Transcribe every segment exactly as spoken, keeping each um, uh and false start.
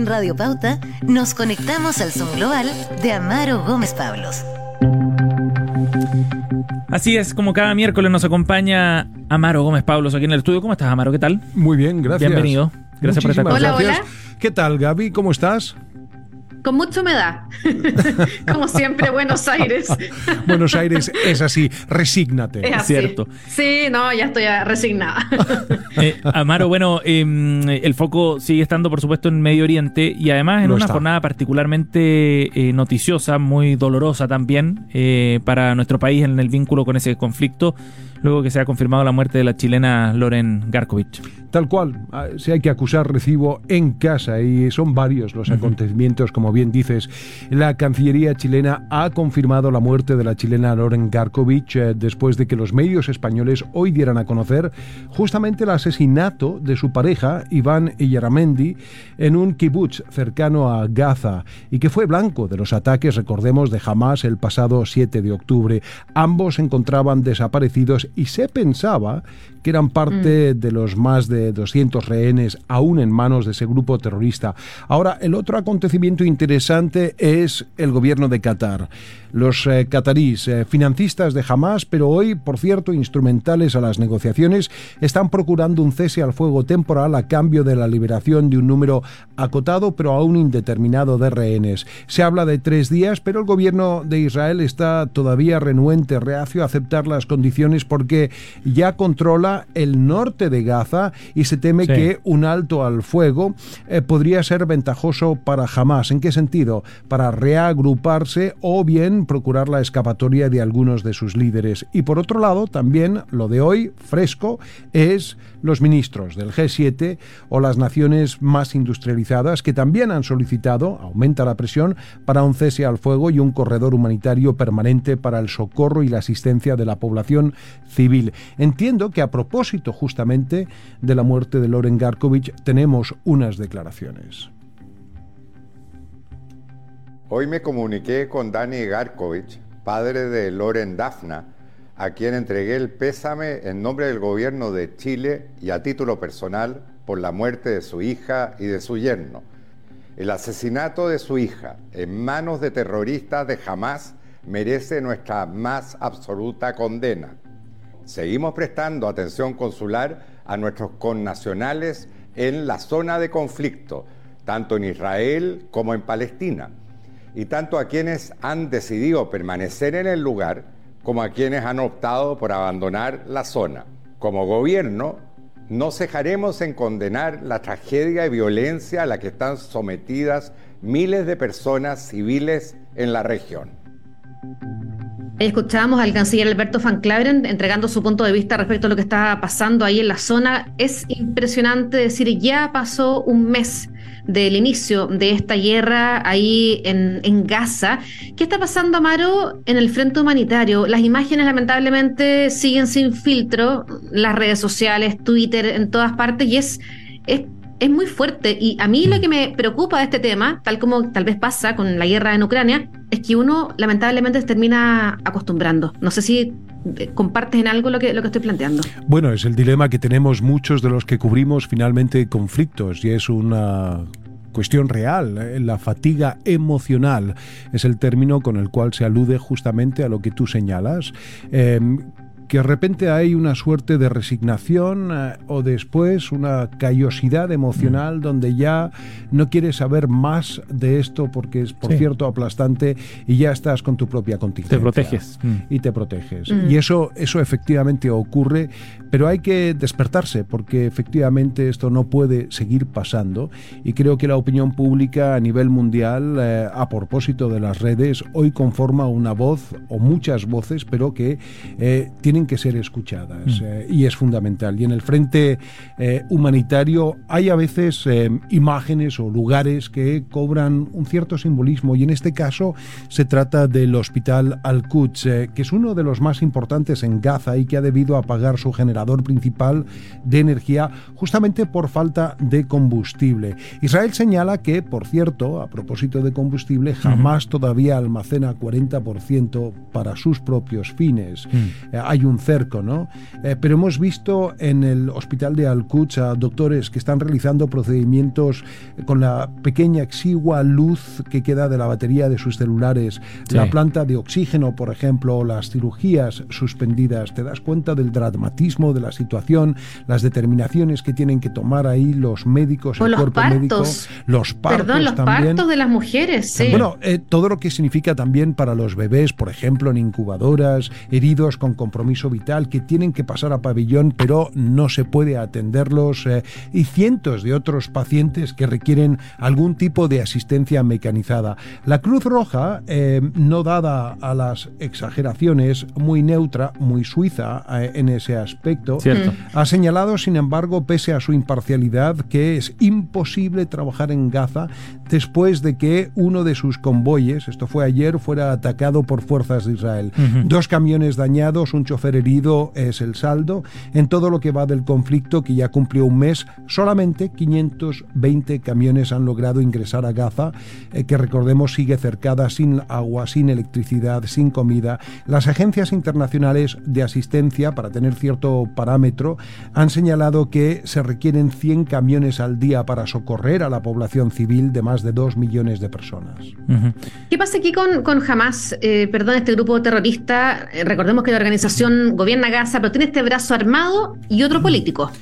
En Radio Pauta nos conectamos al Zoom global de Amaro Gómez Pablos. Así es, como cada miércoles nos acompaña Amaro Gómez Pablos aquí en el estudio. ¿Cómo estás, Amaro? ¿Qué tal? Muy bien, gracias. Bienvenido. Gracias Muchísimas por estar con gracias. Hola, hola. ¿Qué tal, Gaby? ¿Cómo estás? Con mucha humedad. Como siempre, Buenos Aires. Buenos Aires es así, resígnate. Es así. Cierto. Sí, no, ya estoy resignada. Eh, Amaro, bueno, eh, el foco sigue estando, por supuesto, en Medio Oriente y además en Lo una está. jornada particularmente eh, noticiosa, muy dolorosa también eh, para nuestro país en el vínculo con ese conflicto, luego que se ha confirmado la muerte de la chilena Loren Garkovich. Tal cual, si hay que acusar recibo en casa, y son varios los Uh-huh. acontecimientos, como bien dices. La Cancillería chilena ha confirmado la muerte de la chilena Loren Garkovich eh, después de que los medios españoles hoy dieran a conocer justamente el asesinato de su pareja, Iván Yaramendi, en un kibutz cercano a Gaza, y que fue blanco de los ataques, recordemos, de Hamás el pasado siete de octubre. Ambos se encontraban desaparecidos y se pensaba que eran parte mm. de los más de doscientos rehenes aún en manos de ese grupo terrorista. Ahora, el otro acontecimiento interesante es el gobierno de Qatar. Los eh, cataríes, eh, financistas de Hamás, pero hoy, por cierto, instrumentales a las negociaciones, están procurando un cese al fuego temporal a cambio de la liberación de un número acotado, pero aún indeterminado de rehenes. Se habla de tres días, pero el gobierno de Israel está todavía renuente, reacio a aceptar las condiciones porque ya controla el norte de Gaza y se teme sí. que un alto al fuego eh, podría ser ventajoso para Hamás. ¿En qué sentido? Para reagruparse o bien procurar la escapatoria de algunos de sus líderes. Y por otro lado, también lo de hoy, fresco, es los ministros del G siete o las naciones más industrializadas que también han solicitado, aumenta la presión, para un cese al fuego y un corredor humanitario permanente para el socorro y la asistencia de la población civil. Entiendo que a propósito justamente de la muerte de Loren Garkovich tenemos unas declaraciones. Hoy me comuniqué con Dani Garkovich, padre de Loren Dafna, a quien entregué el pésame en nombre del gobierno de Chile y a título personal por la muerte de su hija y de su yerno. El asesinato de su hija en manos de terroristas de Hamás merece nuestra más absoluta condena. Seguimos prestando atención consular a nuestros connacionales en la zona de conflicto, tanto en Israel como en Palestina, y tanto a quienes han decidido permanecer en el lugar como a quienes han optado por abandonar la zona. Como gobierno, no cejaremos en condenar la tragedia y violencia a la que están sometidas miles de personas civiles en la región. Escuchábamos al canciller Alberto Van Claveren entregando su punto de vista respecto a lo que está pasando ahí en la zona. Es impresionante decir, ya pasó un mes del inicio de esta guerra ahí en, en Gaza. ¿Qué está pasando, Amaro, en el frente humanitario? Las imágenes lamentablemente siguen sin filtro, las redes sociales, Twitter, en todas partes, y es, es, es muy fuerte. Y a mí lo que me preocupa de este tema, tal como tal vez pasa con la guerra en Ucrania, es que uno lamentablemente se termina acostumbrando. No sé si compartes en algo lo que, lo que estoy planteando. Bueno, es el dilema que tenemos muchos de los que cubrimos finalmente conflictos, y es una cuestión real. La fatiga emocional es el término con el cual se alude justamente a lo que tú señalas. Eh, que de repente hay una suerte de resignación eh, o después una callosidad emocional mm. donde ya no quieres saber más de esto porque es, por sí. cierto, aplastante, y ya estás con tu propia contingencia. Te proteges. Mm. Y te proteges. Mm. Y eso, eso efectivamente ocurre, pero hay que despertarse porque efectivamente esto no puede seguir pasando, y creo que la opinión pública a nivel mundial, eh, a propósito de las redes, hoy conforma una voz o muchas voces, pero que eh, tienen que ser escuchadas, mm. eh, y es fundamental. Y en el frente eh, humanitario hay a veces eh, imágenes o lugares que cobran un cierto simbolismo, y en este caso se trata del Hospital Al-Quds, eh, que es uno de los más importantes en Gaza y que ha debido apagar su generación generador principal de energía, justamente por falta de combustible. Israel señala que, por cierto, a propósito de combustible, Hamás uh-huh. todavía almacena cuarenta por ciento para sus propios fines. Uh-huh. Eh, hay un cerco, ¿no? Eh, pero hemos visto en el hospital de Al-Quds a doctores que están realizando procedimientos con la pequeña exigua luz que queda de la batería de sus celulares, sí. la planta de oxígeno, por ejemplo, o las cirugías suspendidas. Te das cuenta del dramatismo de la situación, las determinaciones que tienen que tomar ahí los médicos, o el los cuerpo partos. médico, los partos Perdón, los también. partos de las mujeres, sí. Bueno, eh, todo lo que significa también para los bebés, por ejemplo, en incubadoras, heridos con compromiso vital, que tienen que pasar a pabellón, pero no se puede atenderlos, eh, y cientos de otros pacientes que requieren algún tipo de asistencia mecanizada. La Cruz Roja, eh, no dada a las exageraciones, muy neutra, muy suiza eh, en ese aspecto, Cierto. ha señalado, sin embargo, pese a su imparcialidad, que es imposible trabajar en Gaza después de que uno de sus convoyes, esto fue ayer, fuera atacado por fuerzas de Israel. Uh-huh. Dos camiones dañados, un chofer herido es el saldo. En todo lo que va del conflicto, que ya cumplió un mes, solamente quinientos veinte camiones han logrado ingresar a Gaza, eh, que recordemos sigue cercada, sin agua, sin electricidad, sin comida. Las agencias internacionales de asistencia, para tener cierto parámetro, han señalado que se requieren cien camiones al día para socorrer a la población civil de más de dos millones de personas. Uh-huh. ¿Qué pasa aquí con, con Hamás? Eh, perdón, este grupo terrorista, eh, recordemos que la organización gobierna Gaza, pero tiene este brazo armado y otro político.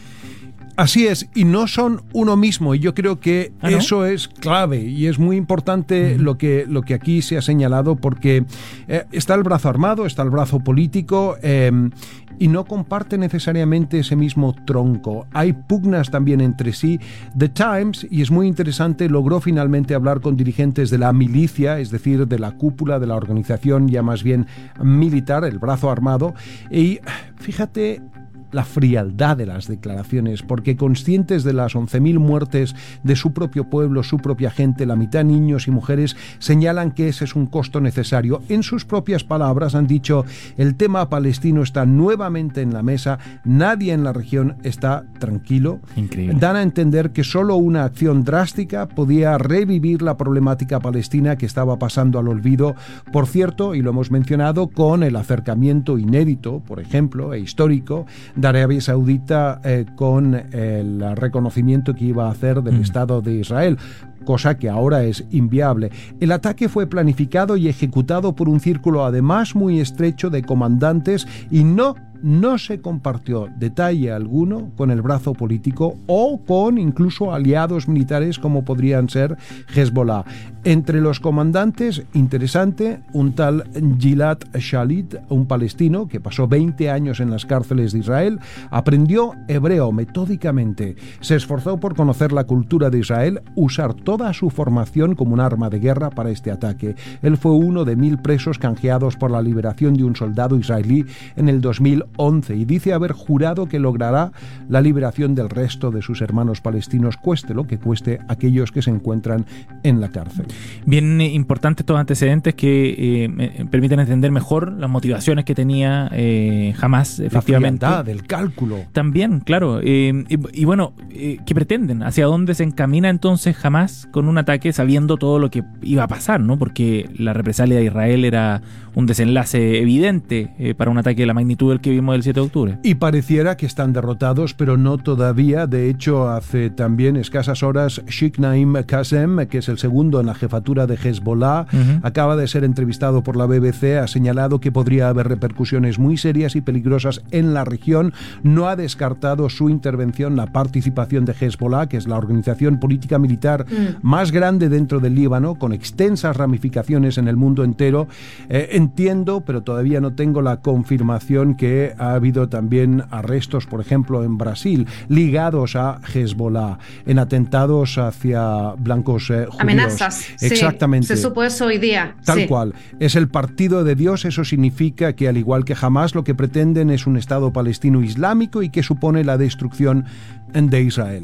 Así es, y no son uno mismo, y yo creo que ¿Ah, no? eso es clave y es muy importante uh-huh. lo que, lo que aquí se ha señalado, porque eh, está el brazo armado, está el brazo político, eh, y no comparte necesariamente ese mismo tronco. Hay pugnas también entre sí. The Times, y es muy interesante, logró finalmente hablar con dirigentes de la milicia, es decir, de la cúpula de la organización ya más bien militar, el brazo armado, y fíjate la frialdad de las declaraciones, porque conscientes de las once mil muertes de su propio pueblo, su propia gente, la mitad niños y mujeres, señalan que ese es un costo necesario. En sus propias palabras han dicho: el tema palestino está nuevamente en la mesa, nadie en la región está tranquilo. Increíble. Dan a entender que solo una acción drástica podía revivir la problemática palestina que estaba pasando al olvido, por cierto, y lo hemos mencionado, con el acercamiento inédito, por ejemplo, e histórico, de Arabia Saudita eh, con el reconocimiento que iba a hacer del mm. Estado de Israel, cosa que ahora es inviable. El ataque fue planificado y ejecutado por un círculo además muy estrecho de comandantes y no no se compartió detalle alguno con el brazo político o con incluso aliados militares como podrían ser Hezbollah. Entre los comandantes, interesante, un tal Gilad Shalit, un palestino que pasó veinte años en las cárceles de Israel, aprendió hebreo metódicamente, se esforzó por conocer la cultura de Israel, usar toda su formación como un arma de guerra para este ataque. Él fue uno de mil presos canjeados por la liberación de un soldado israelí en el dos mil once y dice haber jurado que logrará la liberación del resto de sus hermanos palestinos, cueste lo que cueste aquellos que se encuentran en la cárcel. Bien importantes estos antecedentes que eh, me permiten entender mejor las motivaciones que tenía eh, Hamás, efectivamente. La frialdad, el cálculo. También, claro. Eh, y, y bueno, eh, ¿qué pretenden? ¿Hacia dónde se encamina entonces Hamás con un ataque sabiendo todo lo que iba a pasar, ¿no? Porque la represalia de Israel era un desenlace evidente eh, para un ataque de la magnitud del que vimos el siete de octubre. Y pareciera que están derrotados, pero no todavía. De hecho, hace también escasas horas, Sheikh Naim Qasem, que es el segundo en la jefatura de Hezbollah, uh-huh. acaba de ser entrevistado por la B B C, ha señalado que podría haber repercusiones muy serias y peligrosas en la región. No ha descartado su intervención, la participación de Hezbollah, que es la organización política militar uh-huh. más grande dentro del Líbano, con extensas ramificaciones en el mundo entero. Eh, entiendo, pero todavía no tengo la confirmación, que ha habido también arrestos, por ejemplo, en Brasil, ligados a Hezbollah, en atentados hacia blancos eh, judíos. Amenazas. Exactamente. Sí, se supo eso hoy día. Tal sí. cual. Es el partido de Dios. Eso significa que, al igual que Hamás, lo que pretenden es un Estado palestino islámico y que supone la destrucción de Israel.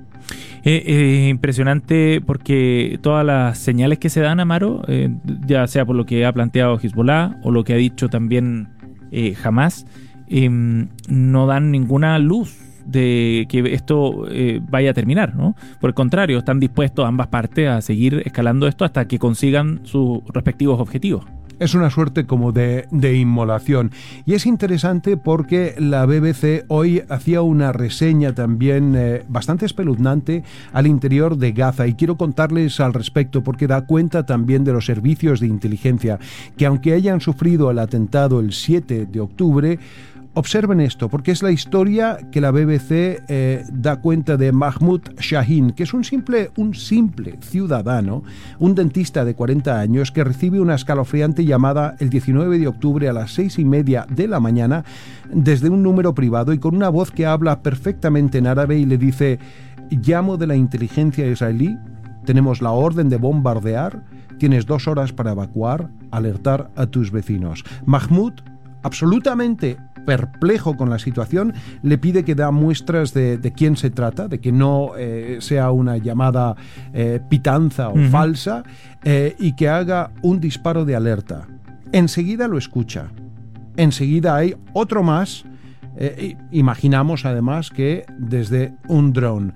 Eh, eh, impresionante, porque todas las señales que se dan, Amaro, eh, ya sea por lo que ha planteado Hezbollah o lo que ha dicho también eh, Hamás, eh, no dan ninguna luz de que esto eh, vaya a terminar, ¿no? Por el contrario, están dispuestos ambas partes a seguir escalando esto hasta que consigan sus respectivos objetivos. Es una suerte como de, de inmolación. Y es interesante porque la B B C hoy hacía una reseña también eh, bastante espeluznante al interior de Gaza. Y quiero contarles al respecto porque da cuenta también de los servicios de inteligencia que, aunque hayan sufrido el atentado el siete de octubre, observen esto, porque es la historia que la B B C eh, da cuenta de Mahmoud Shahin, que es un simple, un simple ciudadano, un dentista de cuarenta años que recibe una escalofriante llamada el diecinueve de octubre a las seis y media de la mañana desde un número privado y con una voz que habla perfectamente en árabe y le dice: llamo de la inteligencia israelí, tenemos la orden de bombardear, tienes dos horas para evacuar, alertar a tus vecinos. Mahmoud, absolutamente perplejo con la situación, le pide que da muestras de, de quién se trata, de que no eh, sea una llamada eh, pitanza o uh-huh. falsa, eh, y que haga un disparo de alerta. Enseguida lo escucha. Enseguida hay otro más. Eh, imaginamos además que desde un dron.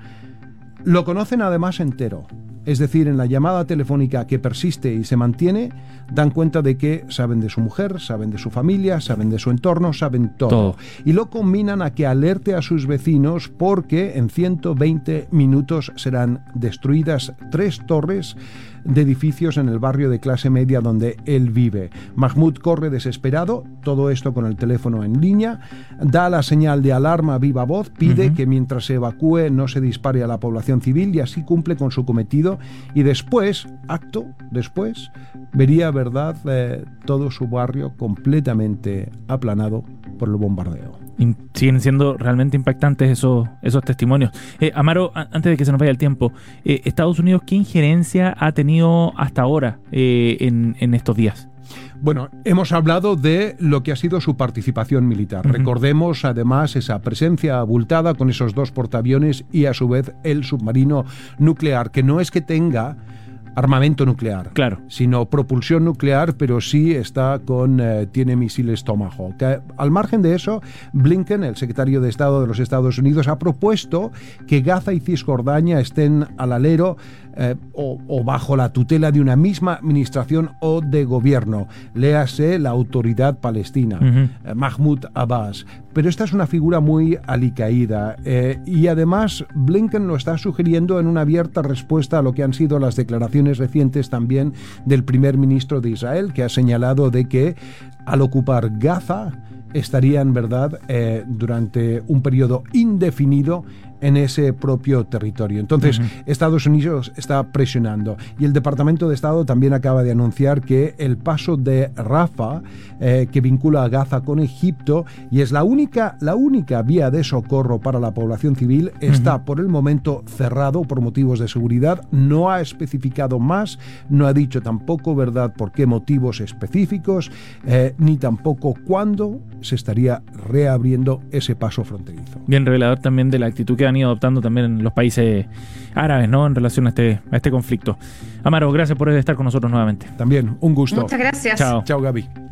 Lo conocen además entero. Es decir, en la llamada telefónica que persiste y se mantiene, dan cuenta de que saben de su mujer, saben de su familia, saben de su entorno, saben todo. todo. Y lo combinan a que alerte a sus vecinos porque en ciento veinte minutos serán destruidas tres torres de edificios en el barrio de clase media donde él vive. Mahmoud corre desesperado, todo esto con el teléfono en línea, da la señal de alarma a viva voz, pide uh-huh. que mientras se evacúe no se dispare a la población civil y así cumple con su cometido. Y después, acto después, vería, verdad, eh, todo su barrio completamente aplanado por el bombardeo. Y siguen siendo realmente impactantes esos, esos testimonios. Eh, Amaro, a- antes de que se nos vaya el tiempo, eh, Estados Unidos, ¿qué injerencia ha tenido hasta ahora eh, en, en estos días? Bueno, hemos hablado de lo que ha sido su participación militar. Uh-huh. Recordemos además esa presencia abultada con esos dos portaaviones y a su vez el submarino nuclear, que no es que tenga armamento nuclear, claro, sino propulsión nuclear, pero sí está con eh, tiene misiles Tomahawk. Eh, al margen de eso, Blinken, el secretario de Estado de los Estados Unidos, ha propuesto que Gaza y Cisjordania estén al alero eh, o, o bajo la tutela de una misma administración o de gobierno, léase la Autoridad Palestina, uh-huh. eh, Mahmoud Abbas. Pero esta es una figura muy alicaída eh, y además Blinken lo está sugiriendo en una abierta respuesta a lo que han sido las declaraciones recientes también del primer ministro de Israel, que ha señalado de que al ocupar Gaza estarían, verdad, eh, durante un periodo indefinido en ese propio territorio. Entonces, uh-huh. Estados Unidos está presionando y el Departamento de Estado también acaba de anunciar que el paso de Rafah, eh, que vincula a Gaza con Egipto y es la única, la única vía de socorro para la población civil, está uh-huh. por el momento cerrado por motivos de seguridad. No ha especificado más, no ha dicho tampoco, verdad, por qué motivos específicos, eh, ni tampoco cuándo se estaría reabriendo ese paso fronterizo. Bien revelador también de la actitud que han ido adoptando también los países árabes, ¿no?, en relación a este, a este conflicto. Amaro, gracias por estar con nosotros nuevamente. También, un gusto. Muchas gracias. Chao. Chao, Gaby.